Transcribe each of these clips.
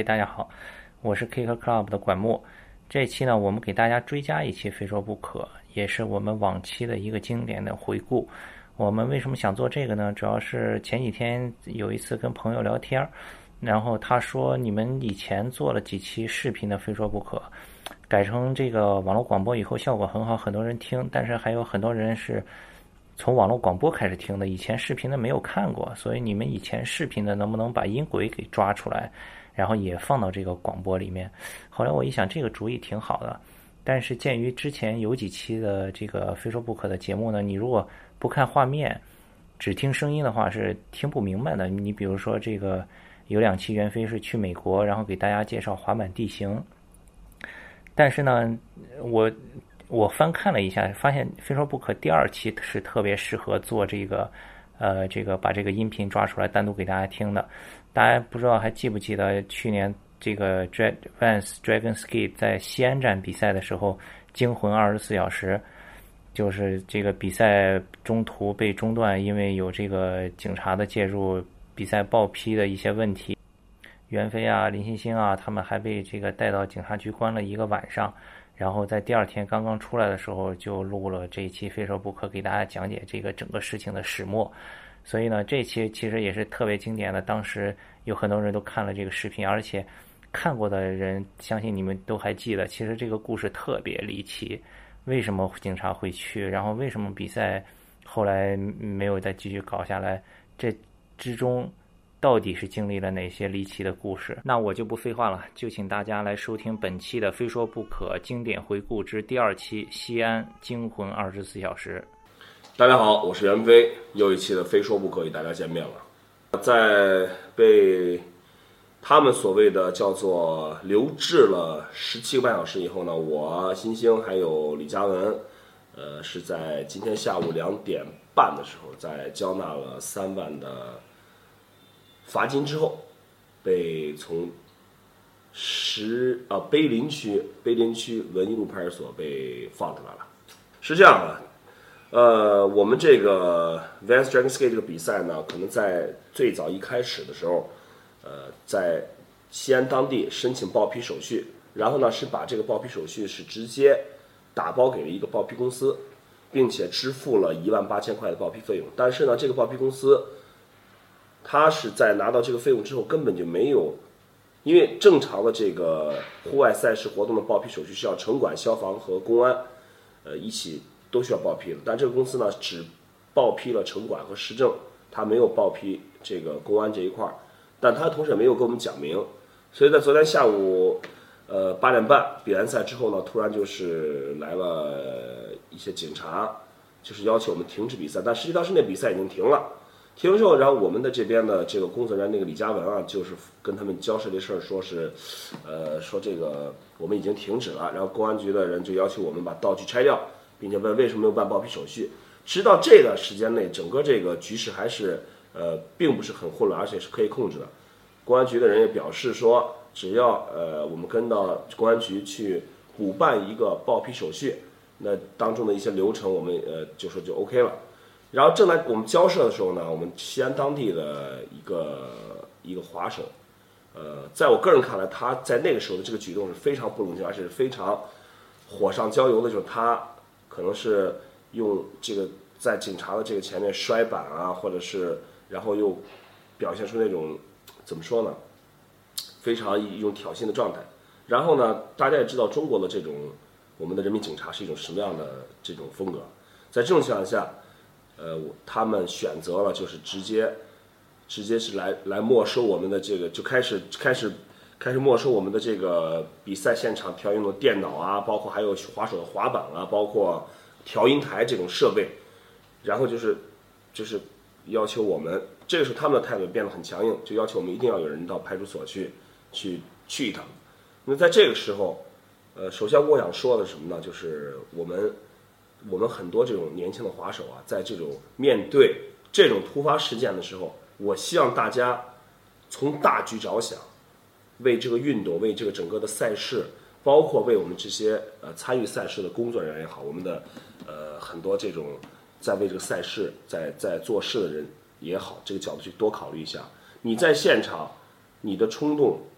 大家好，我是 Kicker Club 的管木。这一期呢，我们给大家追加一期非说不可，也是我们往期的一个经典的回顾。我们为什么想做这个呢？主要是前几天有一次跟朋友聊天，然后他说你们以前做了几期视频的非说不可，改成这个网络广播以后效果很好，很多人听，但是还有很多人是从网络广播开始听的，以前视频的没有看过，所以你们以前视频的能不能把音轨给抓出来，然后也放到这个广播里面？后来我一想，这个主意挺好的，但是鉴于之前有几期的这个非说不可的节目呢，你如果不看画面，只听声音的话是听不明白的。你比如说这个有2期袁飞是去美国，然后给大家介绍滑板地形，但是呢，我翻看了一下，发现非说不可第2期是特别适合做这个把这个音频抓出来单独给大家听的。大家不知道还记不记得去年这个 Vans Dragon Ski 在西安站比赛的时候，惊魂24小时，就是这个比赛中途被中断，因为有这个警察的介入，比赛报批的一些问题。袁飞啊、林欣欣啊，他们还被这个带到警察局关了1个晚上，然后在第2天刚刚出来的时候就录了这一期非说不可，给大家讲解这个整个事情的始末。所以呢，这一期其实也是特别经典的，当时有很多人都看了这个视频，而且看过的人相信你们都还记得，其实这个故事特别离奇，为什么警察会去，然后为什么比赛后来没有再继续搞下来，这之中到底是经历了哪些离奇的故事？那我就不废话了，就请大家来收听本期的非说不可经典回顾之第2期西安惊魂24小时。 大家好，我是袁飞，又一期的非说不可与大家见面了。在被他们所谓的叫做留置了17个半小时以后呢，我新星还有李嘉文是在今天下午2点半的时候，在交纳了3万的罚金之后，被从碑林区文艺路派出所被放出来了。是这样的，我们这个 Vans Dragon Ski 这个比赛呢，可能在最早一开始的时候，在西安当地申请报批手续，然后呢是把这个报批手续是直接打包给了一个报批公司，并且支付了18000块的报批费用。但是呢，这个报批公司他是在拿到这个费用之后根本就没有，因为正常的这个户外赛事活动的报批手续是要城管、消防和公安一起都需要报批的，但这个公司呢只报批了城管和市政，他没有报批这个公安这一块，但他同时也没有跟我们讲明。所以在昨天下午8点半比完赛之后呢，突然就是来了一些警察，就是要求我们停止比赛，但实际当时那比赛已经停了。停了之后，然后我们的这边的这个工作人员那个李嘉文啊，就是跟他们交涉这事儿，说是说这个我们已经停止了，然后公安局的人就要求我们把道具拆掉，并且问为什么没有办报批手续。直到这个时间内，整个这个局势还是并不是很混乱，而且是可以控制的。公安局的人也表示说，只要我们跟到公安局去补办一个报批手续，那当中的一些流程我们就说就 OK 了。然后正在我们交涉的时候呢，我们西安当地的一个滑手，在我个人看来，他在那个时候的这个举动是非常不冷静，而且是非常火上浇油的，就是他可能是用这个在警察的这个前面摔板啊，或者是然后又表现出那种怎么说呢，非常一种挑衅的状态。然后呢，大家也知道中国的这种我们的人民警察是一种什么样的这种风格，在这种情况下。他们选择了就是直接是来没收我们的这个，就开始没收我们的这个比赛现场调用的电脑啊，包括还有滑手的滑板啊，包括调音台这种设备，然后就是要求我们，这个时候他们的态度变得很强硬，就要求我们一定要有人到派出所去一趟。那在这个时候，首先我想说的是什么呢？就是我们很多这种年轻的滑手啊，在这种面对这种突发事件的时候，我希望大家从大局着想，为这个运动，为这个整个的赛事，包括为我们这些参与赛事的工作人员也好，我们的很多这种在为这个赛事在做事的人也好，这个角度去多考虑一下。你在现场，你的冲动，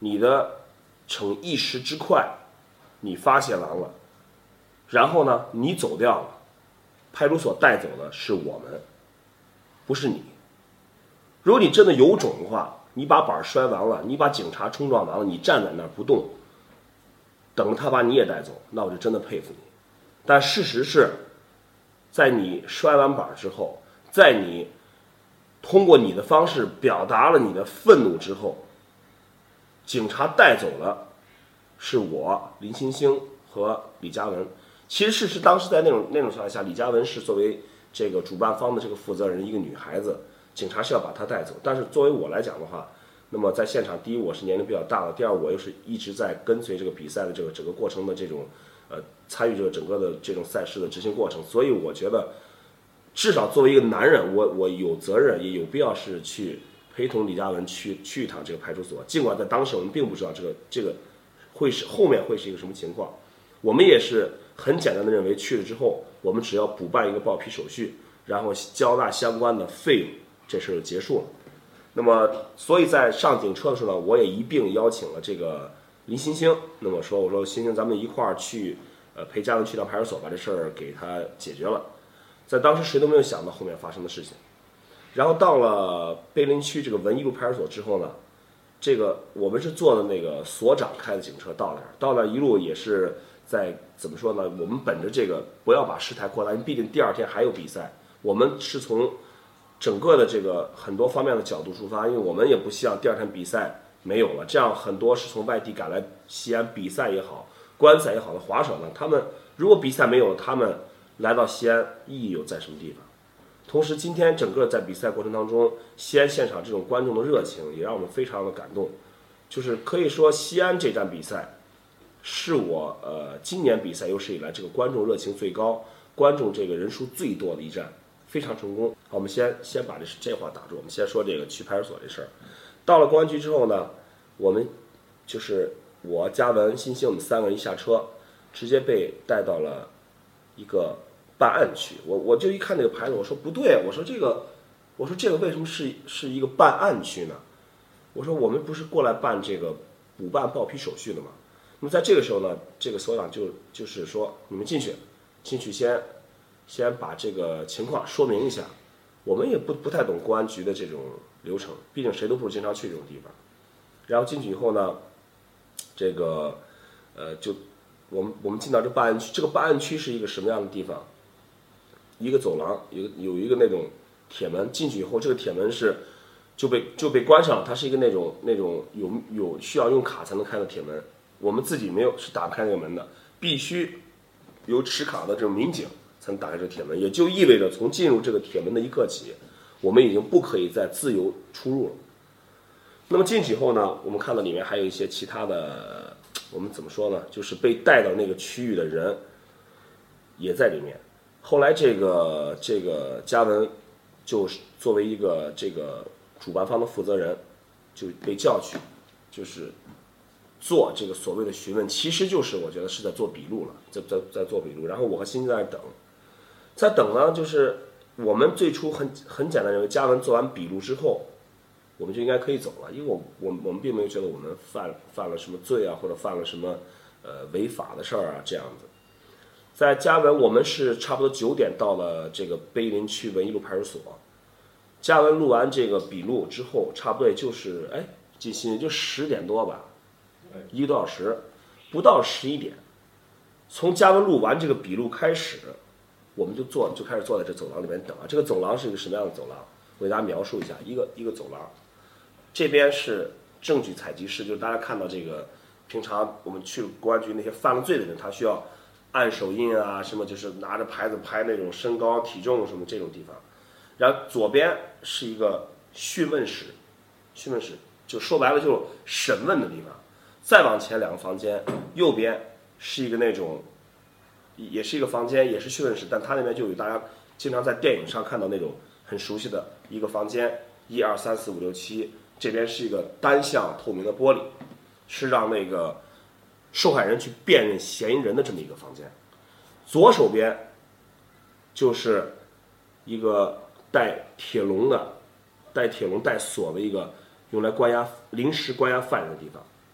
你的逞一时之快，你发现完了，然后呢，你走掉了，派出所带走的是我们，不是你。如果你真的有种的话，你把板摔完了，你把警察冲撞完了，你站在那儿不动，等着他把你也带走，那我就真的佩服你。但事实是，在你摔完板之后，在你通过你的方式表达了你的愤怒之后，警察带走了是我林欣欣和李嘉文。其实当时在那种情况下，李嘉文是作为这个主办方的这个负责人，一个女孩子，警察是要把她带走。但是作为我来讲的话，那么在现场，第一我是年龄比较大的，第二我又是一直在跟随这个比赛的这个整个过程的这种参与这个整个的这种赛事的执行过程，所以我觉得至少作为一个男人，我有责任也有必要是去陪同李嘉文去一趟这个派出所。尽管在当时我们并不知道这个会是后面会是一个什么情况，我们也是很简单的认为去了之后，我们只要补办一个报批手续，然后交纳相关的费用，这事就结束了。那么，所以在上警车的时候呢，我也一并邀请了这个林欣欣。那么我说欣欣，咱们一块儿去，陪嘉文去到派出所，把这事儿给他解决了。在当时谁都没有想到后面发生的事情。然后到了碑林区这个文一路派出所之后呢，这个我们是坐的那个所长开的警车到那儿一路也是在怎么说呢？我们本着这个不要把事态扩大，因为毕竟第二天还有比赛，我们是从整个的这个很多方面的角度出发，因为我们也不希望第二天比赛没有了，这样很多是从外地赶来西安比赛也好、观赛也好的滑手呢，他们如果比赛没有了，他们来到西安意义有在什么地方？同时，今天整个在比赛过程当中，西安现场这种观众的热情也让我们非常的感动，就是可以说西安这站比赛是我今年比赛有史以来这个观众热情最高、观众这个人数最多的一站。非常成功。好，我们先把这话打住，我们先说这个去派出所这事儿。到了公安局之后呢，我们就是我、嘉文、欣欣，我们三个人一下车，直接被带到了一个办案区。我就一看这个牌子，我说不对，我说这个为什么是一个办案区呢？我说我们不是过来办这个补办报批手续的吗？那么在这个时候呢，这个所长就是说，你们进去先把这个情况说明一下。我们也不太懂公安局的这种流程，毕竟谁都不是经常去这种地方。然后进去以后呢，这个就我们进到这办案区，这个办案区是一个什么样的地方？一个走廊，有一个那种铁门，进去以后，这个铁门就被关上了，它是一个那种有需要用卡才能开的铁门，我们自己没有是打不开那个门的，必须由持卡的这种民警才能打开这个铁门，也就意味着从进入这个铁门的一刻起，我们已经不可以再自由出入了。那么进去以后呢，我们看到里面还有一些其他的，我们怎么说呢？就是被带到那个区域的人也在里面。后来这个嘉文就是作为一个这个主办方的负责人，就被叫去，就是做这个所谓的询问，其实就是我觉得是在做笔录了，在做笔录。然后我和欣欣在等。在等呢，就是我们最初很简单认为，嘉文做完笔录之后，我们就应该可以走了，因为我们并没有觉得我们犯了什么罪啊，或者犯了什么违法的事儿啊这样子。在嘉文，我们是差不多9点到了这个碑林区文一路派出所。嘉文录完这个笔录之后，差不多也就是近心也就10点多吧，1个多小时，不到11点，从嘉文录完这个笔录开始。我们就开始坐在这走廊里面等啊。这个走廊是一个什么样的走廊？我给大家描述一下，一个走廊，这边是证据采集室，就是大家看到这个，平常我们去公安局那些犯了罪的人，他需要按手印啊，什么就是拿着牌子拍那种身高体重什么这种地方。然后左边是一个讯问室就说白了就是审问的地方。再往前2个房间，右边是一个那种。也是一个房间，也是讯问室，但它那边就有大家经常在电影上看到那种很熟悉的一个房间，1、2、3、4、5、6、7，这边是一个单向透明的玻璃，是让那个受害人去辨认嫌疑人的这么一个房间。左手边就是一个带铁笼带锁的一个用来临时关押犯人的地方。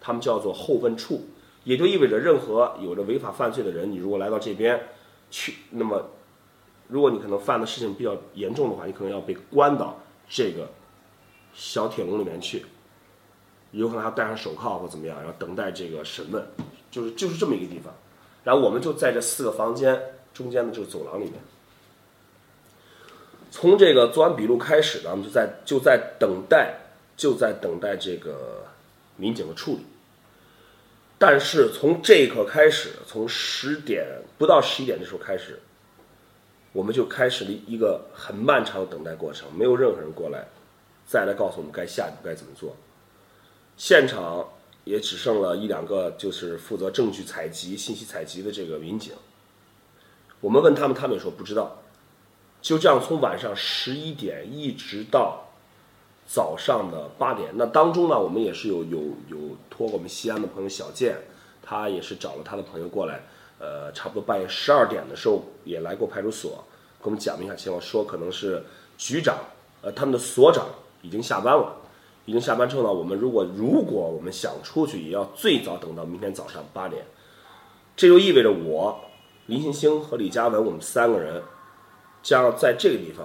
他们叫做后问处，也就意味着任何有着违法犯罪的人，你如果来到这边去，那么如果你可能犯的事情比较严重的话，你可能要被关到这个小铁笼里面去，有可能还要戴上手铐或怎么样，然后等待这个审问，就是这么一个地方。然后我们就在这4个房间中间的这个走廊里面，从这个做完笔录开始呢，我们就在等待这个民警的处理。但是从这一刻开始，从不到11点的时候开始，我们就开始了一个很漫长的等待过程，没有任何人过来再来告诉我们下一步该怎么做。现场也只剩了1、2个就是负责证据采集、信息采集的这个民警。我们问他们，他们也说不知道。就这样从晚上11点一直到早上的8点，那当中呢，我们也是有托我们西安的朋友小健，他也是找了他的朋友过来，差不多半夜12点的时候也来过派出所，跟我们讲了一下情况，说可能是局长，他们的所长已经下班了，已经下班之后呢，我们如果我们想出去，也要最早等到明天早上8点，这就意味着我、林欣星和李嘉文我们3个人将要在这个地方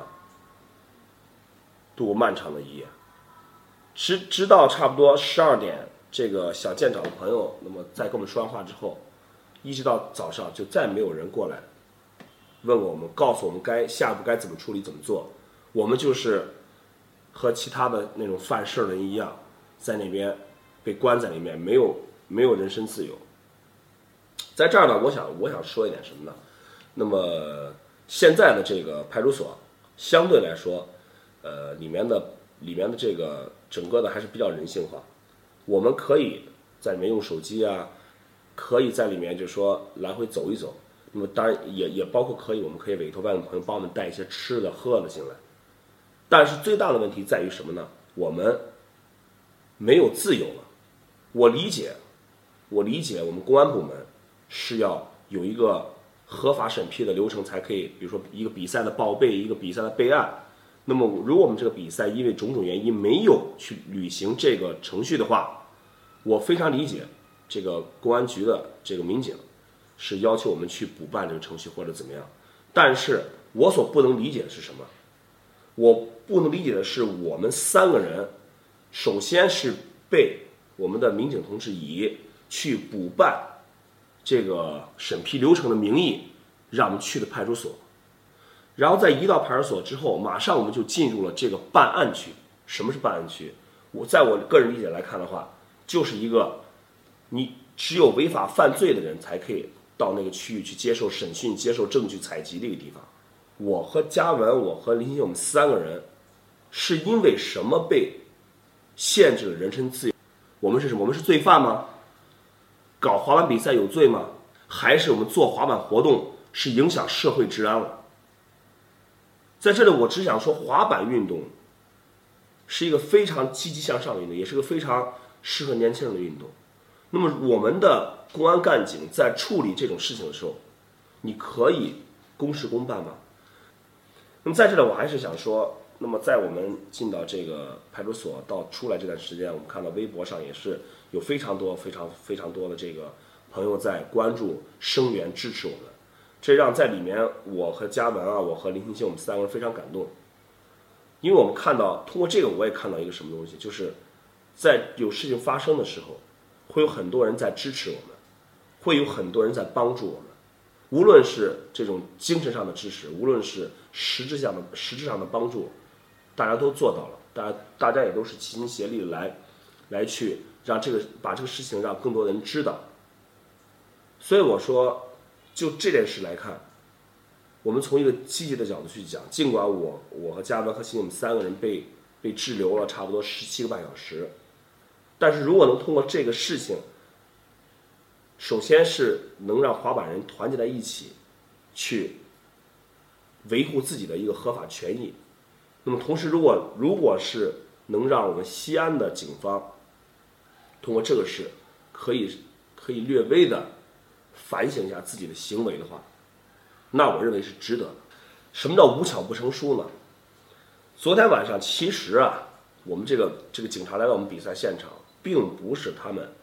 度过漫长的一夜，直到差不多12点，这个小舰长的朋友那么在跟我们说完话之后，一直到早上就再没有人过来问我们，告诉我们下一步该怎么处理怎么做。我们就是和其他的那种犯事的人一样，在那边被关在里面，没有人身自由。在这儿呢，我想说一点什么呢？那么现在的这个派出所相对来说，里面的这个整个的还是比较人性化。我们可以在里面用手机啊，可以在里面就是说来回走一走。那么当然也包括我们可以委托外面朋友帮我们带一些吃的喝的进来。但是最大的问题在于什么呢？我们没有自由了。我理解我们公安部门是要有一个合法审批的流程才可以，比如说一个比赛的报备，一个比赛的备案。那么如果我们这个比赛因为种种原因没有去履行这个程序的话，我非常理解这个公安局的这个民警是要求我们去补办这个程序或者怎么样。但是我所不能理解的是什么？我不能理解的是，我们3个人首先是被我们的民警同志以去补办这个审批流程的名义让我们去的派出所，然后在一到派出所之后，马上我们就进入了这个办案区。什么是办案区？在我个人理解来看的话，就是一个你只有违法犯罪的人才可以到那个区域去接受审讯、接受证据采集的一个地方。我和嘉文，我和林欣，我们3个人是因为什么被限制了人身自由？我们是什么？我们是罪犯吗？搞滑板比赛有罪吗？还是我们做滑板活动是影响社会治安了？在这里我只想说，滑板运动是一个非常积极向上的运动，也是个非常适合年轻人的运动。那么我们的公安干警在处理这种事情的时候，你可以公事公办吗？那么在这里我还是想说，那么在我们进到这个派出所到出来这段时间，我们看到微博上也是有非常多的这个朋友在关注、声援、支持我们，这让在里面我和嘉文啊，我和林欣欣，我们3个人非常感动。因为我们看到，通过这个我也看到一个什么东西，就是在有事情发生的时候，会有很多人在支持我们，会有很多人在帮助我们。无论是这种精神上的支持，无论是实质上的帮助，大家都做到了。大家也都是齐心协力的来去把这个事情让更多人知道。所以我说，就这件事来看，我们从一个积极的角度去讲，尽管我和嘉文和欣我们3个人被滞留了差不多17个半小时，但是如果能通过这个事情，首先是能让滑板人团结在一起，去维护自己的一个合法权益。那么同时，如果是能让我们西安的警方通过这个事，可以略微的反省一下自己的行为的话，那我认为是值得的。什么叫无巧不成书呢？昨天晚上其实啊，我们这个警察来到我们比赛现场，并不是他们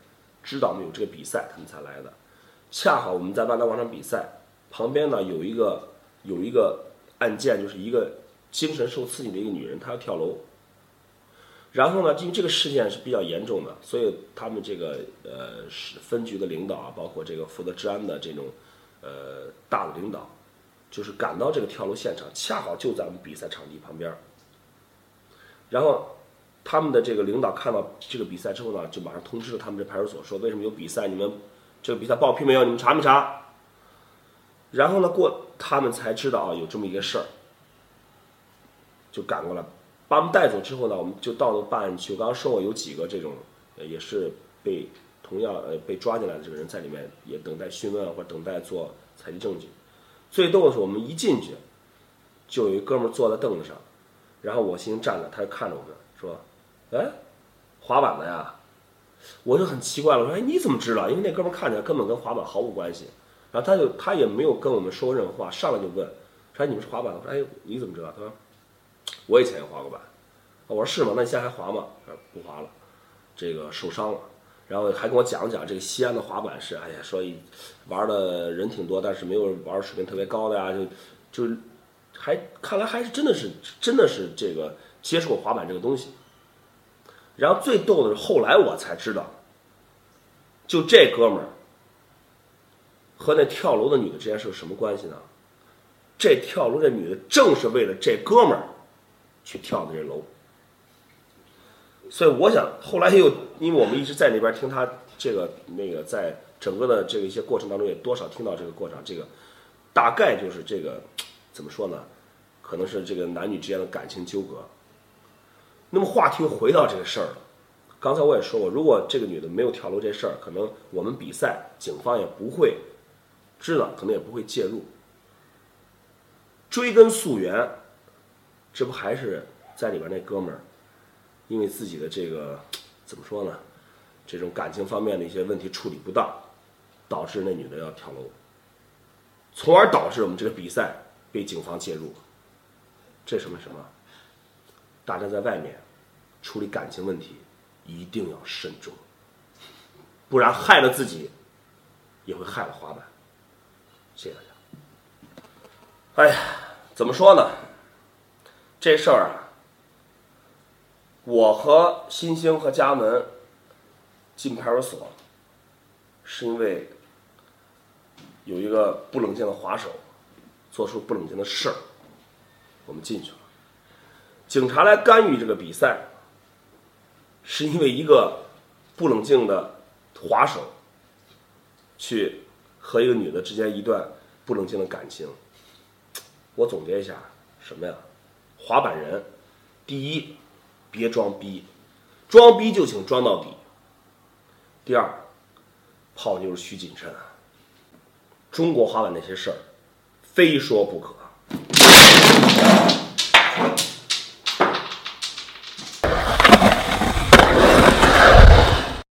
知道我们有这个比赛，他们才来的。恰好我们在万达广场比赛旁边呢有一个案件，就是一个精神受刺激的一个女人，她要跳楼。然后呢，因为这个事件是比较严重的，所以他们这个分局的领导啊，包括这个负责治安的这种大的领导，就是赶到这个跳楼现场，恰好就在我们比赛场地旁边。然后他们的这个领导看到这个比赛之后呢，就马上通知了他们这派出所，说为什么有比赛，你们这个比赛报批没有，你们查没查？然后呢，他们才知道啊有这么一个事儿，就赶过来。把我们带走之后呢，我们就到了办案区。我刚刚说过有几个这种，也是同样被抓进来的这个人在里面，也等待讯问或者等待做采集证据。最逗的是，我们一进去，就有一哥们坐在凳子上，然后我先站着，他就看着我们说：“哎，滑板的呀。”我就很奇怪了，我说：“哎，你怎么知道？”因为那哥们看起来根本跟滑板毫无关系。然后他也没有跟我们说任何话，上来就问：“说你们是滑板的？”我说：“哎，你怎么知道？”他说：“我以前也滑过板。”我说：“是吗？那你现在还滑吗？”他说：“不滑了，这个受伤了。”然后还跟我讲这个西安的滑板是，哎呀，说玩的人挺多，但是没有玩水平特别高的呀，就看来还是真的是这个接触过滑板这个东西。然后最逗的是，后来我才知道，就这哥们儿和那跳楼的女的之间是有什么关系呢？这跳楼的女的正是为了这哥们儿去跳的这楼。所以我想，后来因为我们一直在那边听他在整个的这个一些过程当中，也多少听到这个过程，这个大概就是这个怎么说呢？可能是这个男女之间的感情纠葛。那么话题又回到这个事儿了。刚才我也说过，如果这个女的没有跳楼这事儿，可能我们比赛警方也不会知道，可能也不会介入。追根溯源，这不还是在里边那哥们儿？因为自己的这个怎么说呢，这种感情方面的一些问题处理不当，导致那女的要跳楼，从而导致我们这个比赛被警方介入。这什么？大家在外面处理感情问题一定要慎重，不然害了自己，也会害了滑板。谢谢大家。哎呀，怎么说呢？这事儿啊，我和新兴和嘉文进派出所，是因为有一个不冷静的滑手做出不冷静的事儿，我们进去了。警察来干预这个比赛，是因为一个不冷静的滑手去和一个女的之间一段不冷静的感情。我总结一下，什么呀？滑板人，第一，别装逼，装逼就请装到底。第二，泡妞需谨慎。中国滑板那些事儿，非说不可。